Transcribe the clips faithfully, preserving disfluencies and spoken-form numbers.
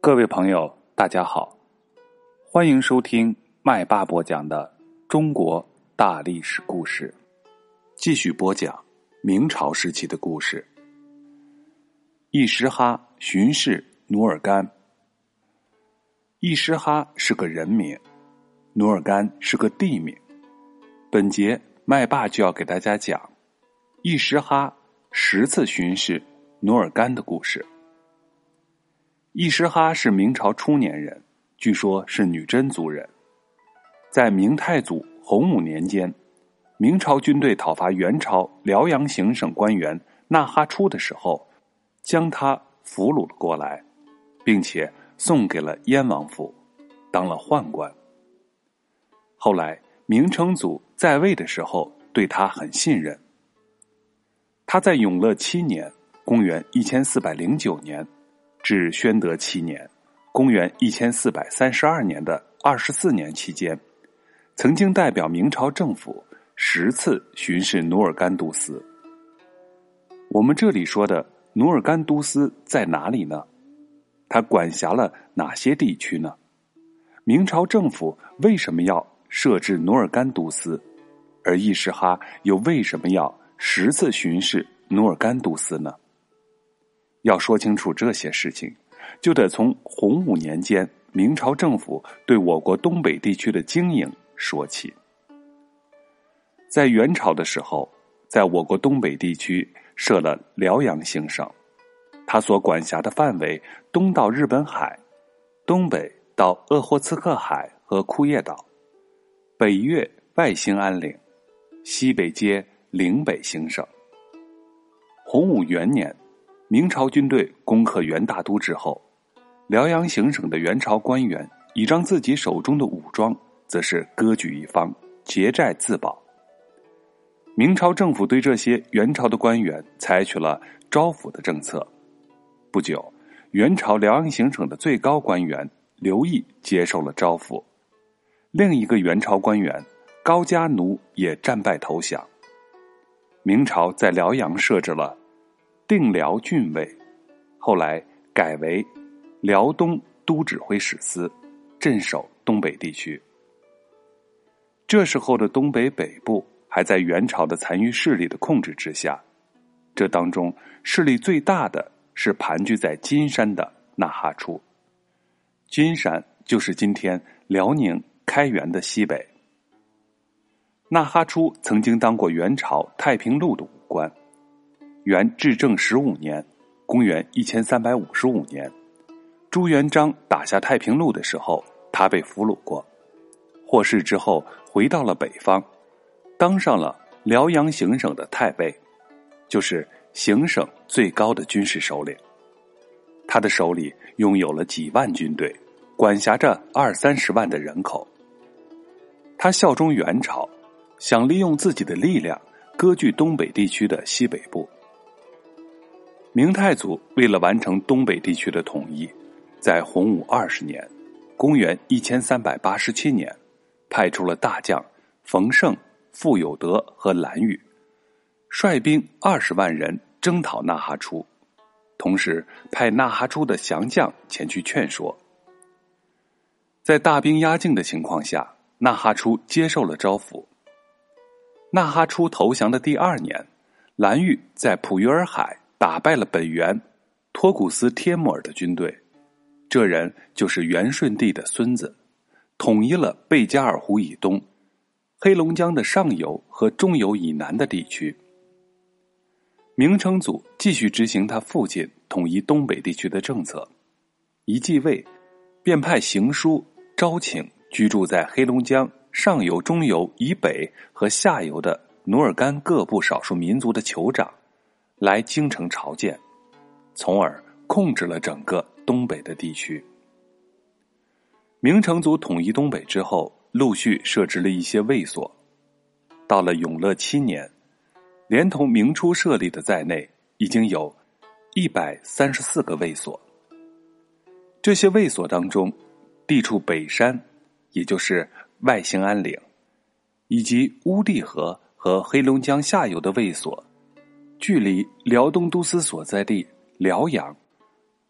各位朋友，大家好，欢迎收听麦霸播讲的中国大历史故事。继续播讲明朝时期的故事。亦什哈巡视努尔干。亦什哈是个人名，努尔干是个地名。本节麦霸就要给大家讲亦什哈十次巡视努尔干的故事。亦什哈是明朝初年人，据说是女真族人。在明太祖洪武年间，明朝军队讨伐元朝辽阳行省官员纳哈出的时候，将他俘虏了过来，并且送给了燕王府，当了宦官。后来明成祖在位的时候对他很信任。他在永乐七年公元一千四百零九年至宣德七年公元一千四百三十二年的二十四年期间，曾经代表明朝政府十次巡视努尔干都司。我们这里说的努尔干都司在哪里呢？它管辖了哪些地区呢？明朝政府为什么要设置努尔干都司，而亦什哈又为什么要十次巡视努尔干都司呢？要说清楚这些事情，就得从洪武年间明朝政府对我国东北地区的经营说起。在元朝的时候，在我国东北地区设了辽阳行省，它所管辖的范围东到日本海，东北到鄂霍次克海和库页岛，北越外兴安岭，西北接岭北行省。洪武元年，明朝军队攻克元大都之后，辽阳行省的元朝官员倚仗自己手中的武装，则是割据一方，结寨自保。明朝政府对这些元朝的官员采取了招抚的政策。不久，元朝辽阳行省的最高官员刘毅接受了招抚，另一个元朝官员高加奴也战败投降。明朝在辽阳设置了定辽郡尉，后来改为辽东都指挥使司，镇守东北地区。这时候的东北北部还在元朝的残余势力的控制之下，这当中势力最大的是盘踞在金山的纳哈出。金山就是今天辽宁开原的西北。纳哈出曾经当过元朝太平路的武官。元至正十五年公元一千三百五十五年，朱元璋打下太平路的时候，他被俘虏过，获释之后回到了北方，当上了辽阳行省的太尉，就是行省最高的军事首领。他的手里拥有了几万军队，管辖着二三十万的人口。他效忠元朝，想利用自己的力量割据东北地区的西北部。明太祖为了完成东北地区的统一，在洪武二十年公元一千三百八十七年派出了大将冯胜、傅有德和蓝玉，率兵二十万人征讨纳哈出，同时派纳哈出的降将前去劝说。在大兵压境的情况下，纳哈出接受了招抚。纳哈出投降的第二年，蓝玉在普约尔海打败了本元托古斯帖木儿的军队，这人就是元顺帝的孙子，统一了贝加尔湖以东、黑龙江的上游和中游以南的地区。明成祖继续执行他父亲统一东北地区的政策，一继位便派行书招请居住在黑龙江上游、中游以北和下游的努尔干各部少数民族的酋长来京城朝见，从而控制了整个东北的地区。明成祖统一东北之后，陆续设置了一些卫所。到了永乐七年，连同明初设立的在内，已经有一百三十四个卫所。这些卫所当中，地处北山，也就是外兴安岭，以及乌地河和黑龙江下游的卫所，距离辽东都司所在地辽阳有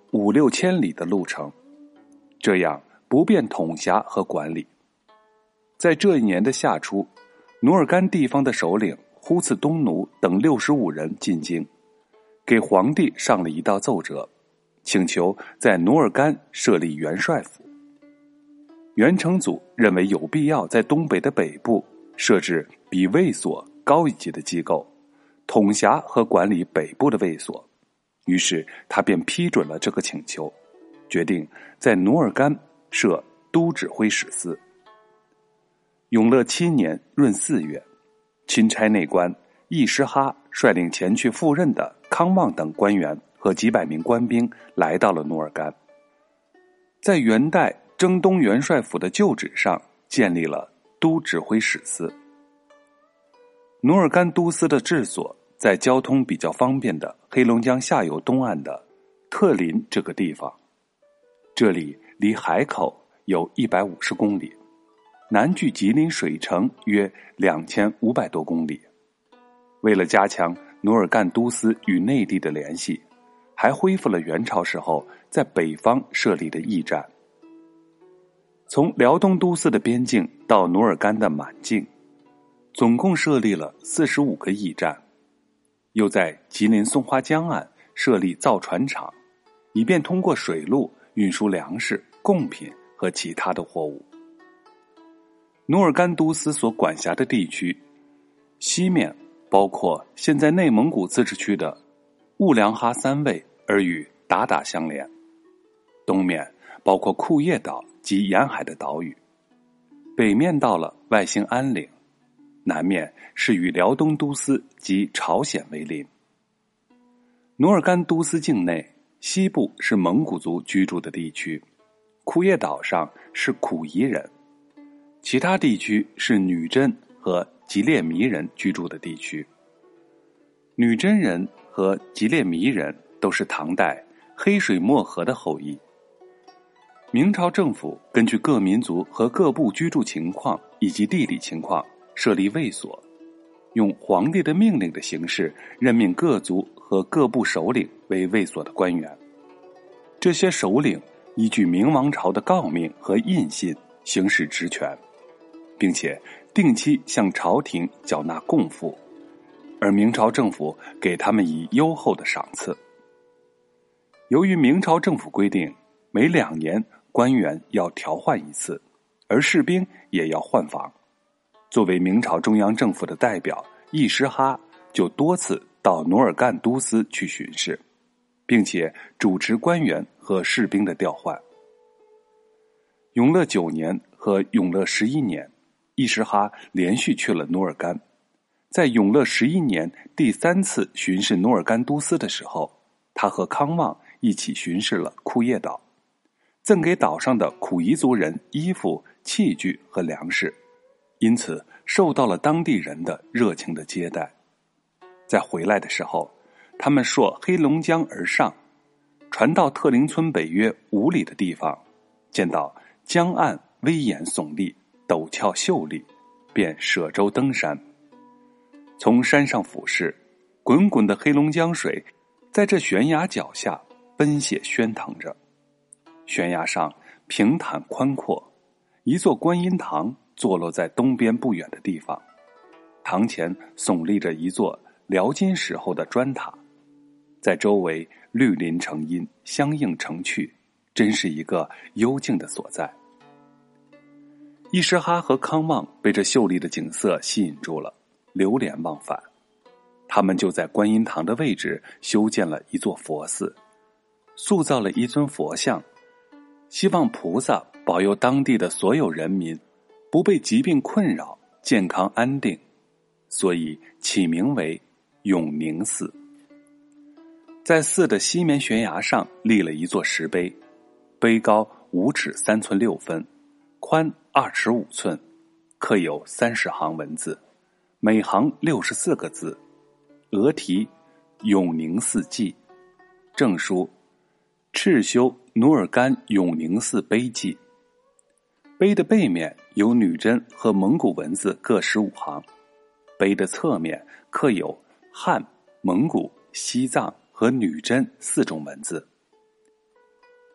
五六千里的路程，这样不便统辖和管理。在这一年的夏初，努尔干地方的首领呼次东奴等六十五人进京，给皇帝上了一道奏折，请求在努尔干设立元帅府。元成祖认为有必要在东北的北部设置比卫所高一级的机构，统辖和管理北部的卫所，于是他便批准了这个请求，决定在努尔干设都指挥使司。永乐七年闰四月，钦差内官易师哈率领前去赴任的康旺等官员和几百名官兵来到了努尔干，在元代征东元帅府的旧址上建立了都指挥使司。努尔干都司的治所在交通比较方便的黑龙江下游东岸的特林这个地方，这里离海口有一百五十公里，南距吉林水城约两千五百多公里。为了加强努尔干都司与内地的联系，还恢复了元朝时候在北方设立的驿站。从辽东都司的边境到努尔干的满境，总共设立了四十五个驿站，又在吉林松花江岸设立造船厂，以便通过水路运输粮食、贡品和其他的货物。努尔干都司所管辖的地区，西面包括现在内蒙古自治区的兀良哈三卫而与鞑靼相连，东面包括库页岛及沿海的岛屿，北面到了外兴安岭，南面是与辽东都司及朝鲜为邻。努尔干都司境内西部是蒙古族居住的地区，库页岛上是苦夷人，其他地区是女真和吉列弥人居住的地区。女真人和吉列弥人都是唐代黑水漠河的后裔。明朝政府根据各民族和各部居住情况以及地理情况设立卫所，用皇帝的命令的形式任命各族和各部首领为卫所的官员。这些首领依据明王朝的诰命和印信行使职权，并且定期向朝廷缴纳贡赋，而明朝政府给他们以优厚的赏赐。由于明朝政府规定每两年官员要调换一次，而士兵也要换防，作为明朝中央政府的代表，易师哈就多次到努尔干都司去巡视，并且主持官员和士兵的调换。永乐九年和永乐十一年，易师哈连续去了努尔干。在永乐十一年第三次巡视努尔干都司的时候，他和康旺一起巡视了库页岛，赠给岛上的苦夷族人衣服、器具和粮食，因此受到了当地人的热情的接待。在回来的时候，他们溯黑龙江而上，船到特陵村北约五里的地方，见到江岸威严耸立，陡峭秀丽，便舍舟登山。从山上俯视，滚滚的黑龙江水在这悬崖脚下奔泻喧腾着。悬崖上平坦宽阔，一座观音堂坐落在东边不远的地方，堂前耸立着一座辽金时候的砖塔，在周围绿林成荫，相映成趣，真是一个幽静的所在。易师哈和康旺被这秀丽的景色吸引住了，流连忘返。他们就在观音堂的位置修建了一座佛寺，塑造了一尊佛像，希望菩萨保佑当地的所有人民不被疾病困扰，健康安定，所以起名为永宁寺。在寺的西面悬崖上立了一座石碑，碑高五尺三寸六分，宽二尺五寸，刻有三十行文字，每行六十四个字，额题永宁寺记，正书敕修努尔干永宁寺碑记。碑的背面有女真和蒙古文字各十五行，碑的侧面刻有汉、蒙古、西藏和女真四种文字。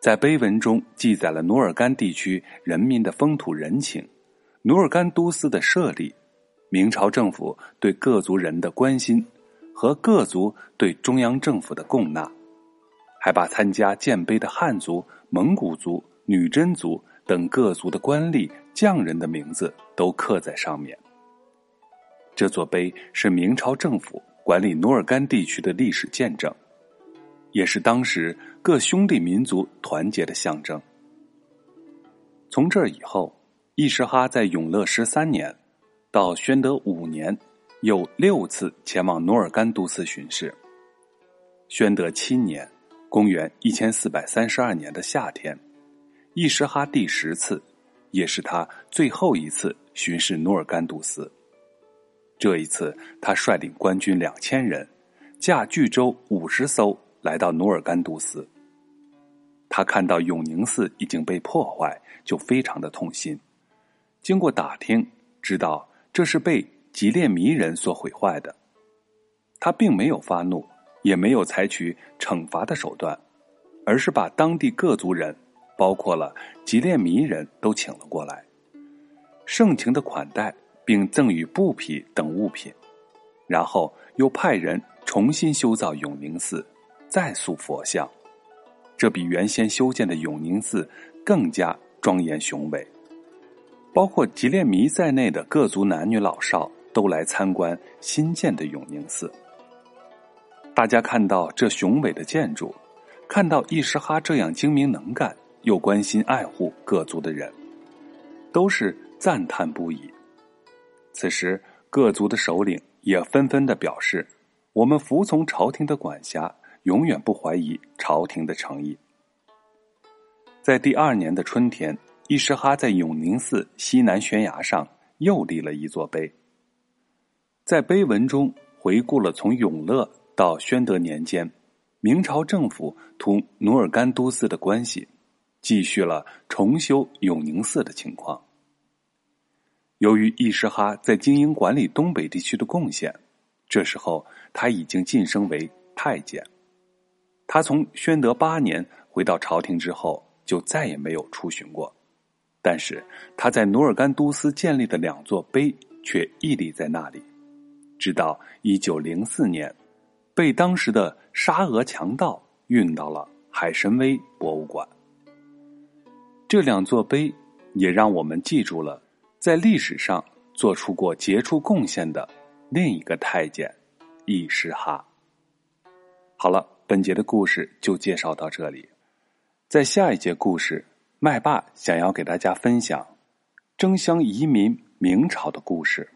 在碑文中记载了努尔干地区人民的风土人情，努尔干都司的设立，明朝政府对各族人的关心和各族对中央政府的供纳，还把参加建碑的汉族、蒙古族、女真族等各族的官吏、匠人的名字都刻在上面。这座碑是明朝政府管理努尔干地区的历史见证，也是当时各兄弟民族团结的象征。从这以后，亦什哈在永乐十三年到宣德五年有六次前往努尔干都司巡视。宣德七年，公元一千四百三十二年的夏天，亦什哈第十次，也是他最后一次巡视努尔干都司。这一次，他率领官军两千人，驾巨舟五十艘来到努尔干都司。他看到永宁寺已经被破坏，就非常的痛心。经过打听，知道这是被吉列弥人所毁坏的。他并没有发怒，也没有采取惩罚的手段，而是把当地各族人，包括了吉列弥人都请了过来，盛情的款待，并赠予布匹等物品，然后又派人重新修造永宁寺，再塑佛像。这比原先修建的永宁寺更加庄严雄伟。包括吉列弥在内的各族男女老少都来参观新建的永宁寺。大家看到这雄伟的建筑，看到亦什哈这样精明能干又关心爱护各族的人，都是赞叹不已。此时各族的首领也纷纷地表示，我们服从朝廷的管辖，永远不怀疑朝廷的诚意。在第二年的春天，亦什哈在永宁寺西南悬崖上又立了一座碑。在碑文中回顾了从永乐到宣德年间明朝政府同努尔干都司的关系，继续了重修永宁寺的情况。由于亦什哈在经营管理东北地区的贡献，这时候他已经晋升为太监。他从宣德八年回到朝廷之后，就再也没有出巡过。但是他在努尔干都司建立的两座碑却屹立在那里，直到一九零四年，被当时的沙俄强盗运到了海参崴博物馆。这两座碑也让我们记住了在历史上做出过杰出贡献的另一个太监亦什哈。好了，本节的故事就介绍到这里。在下一节故事，麦爸想要给大家分享争相移民明朝的故事。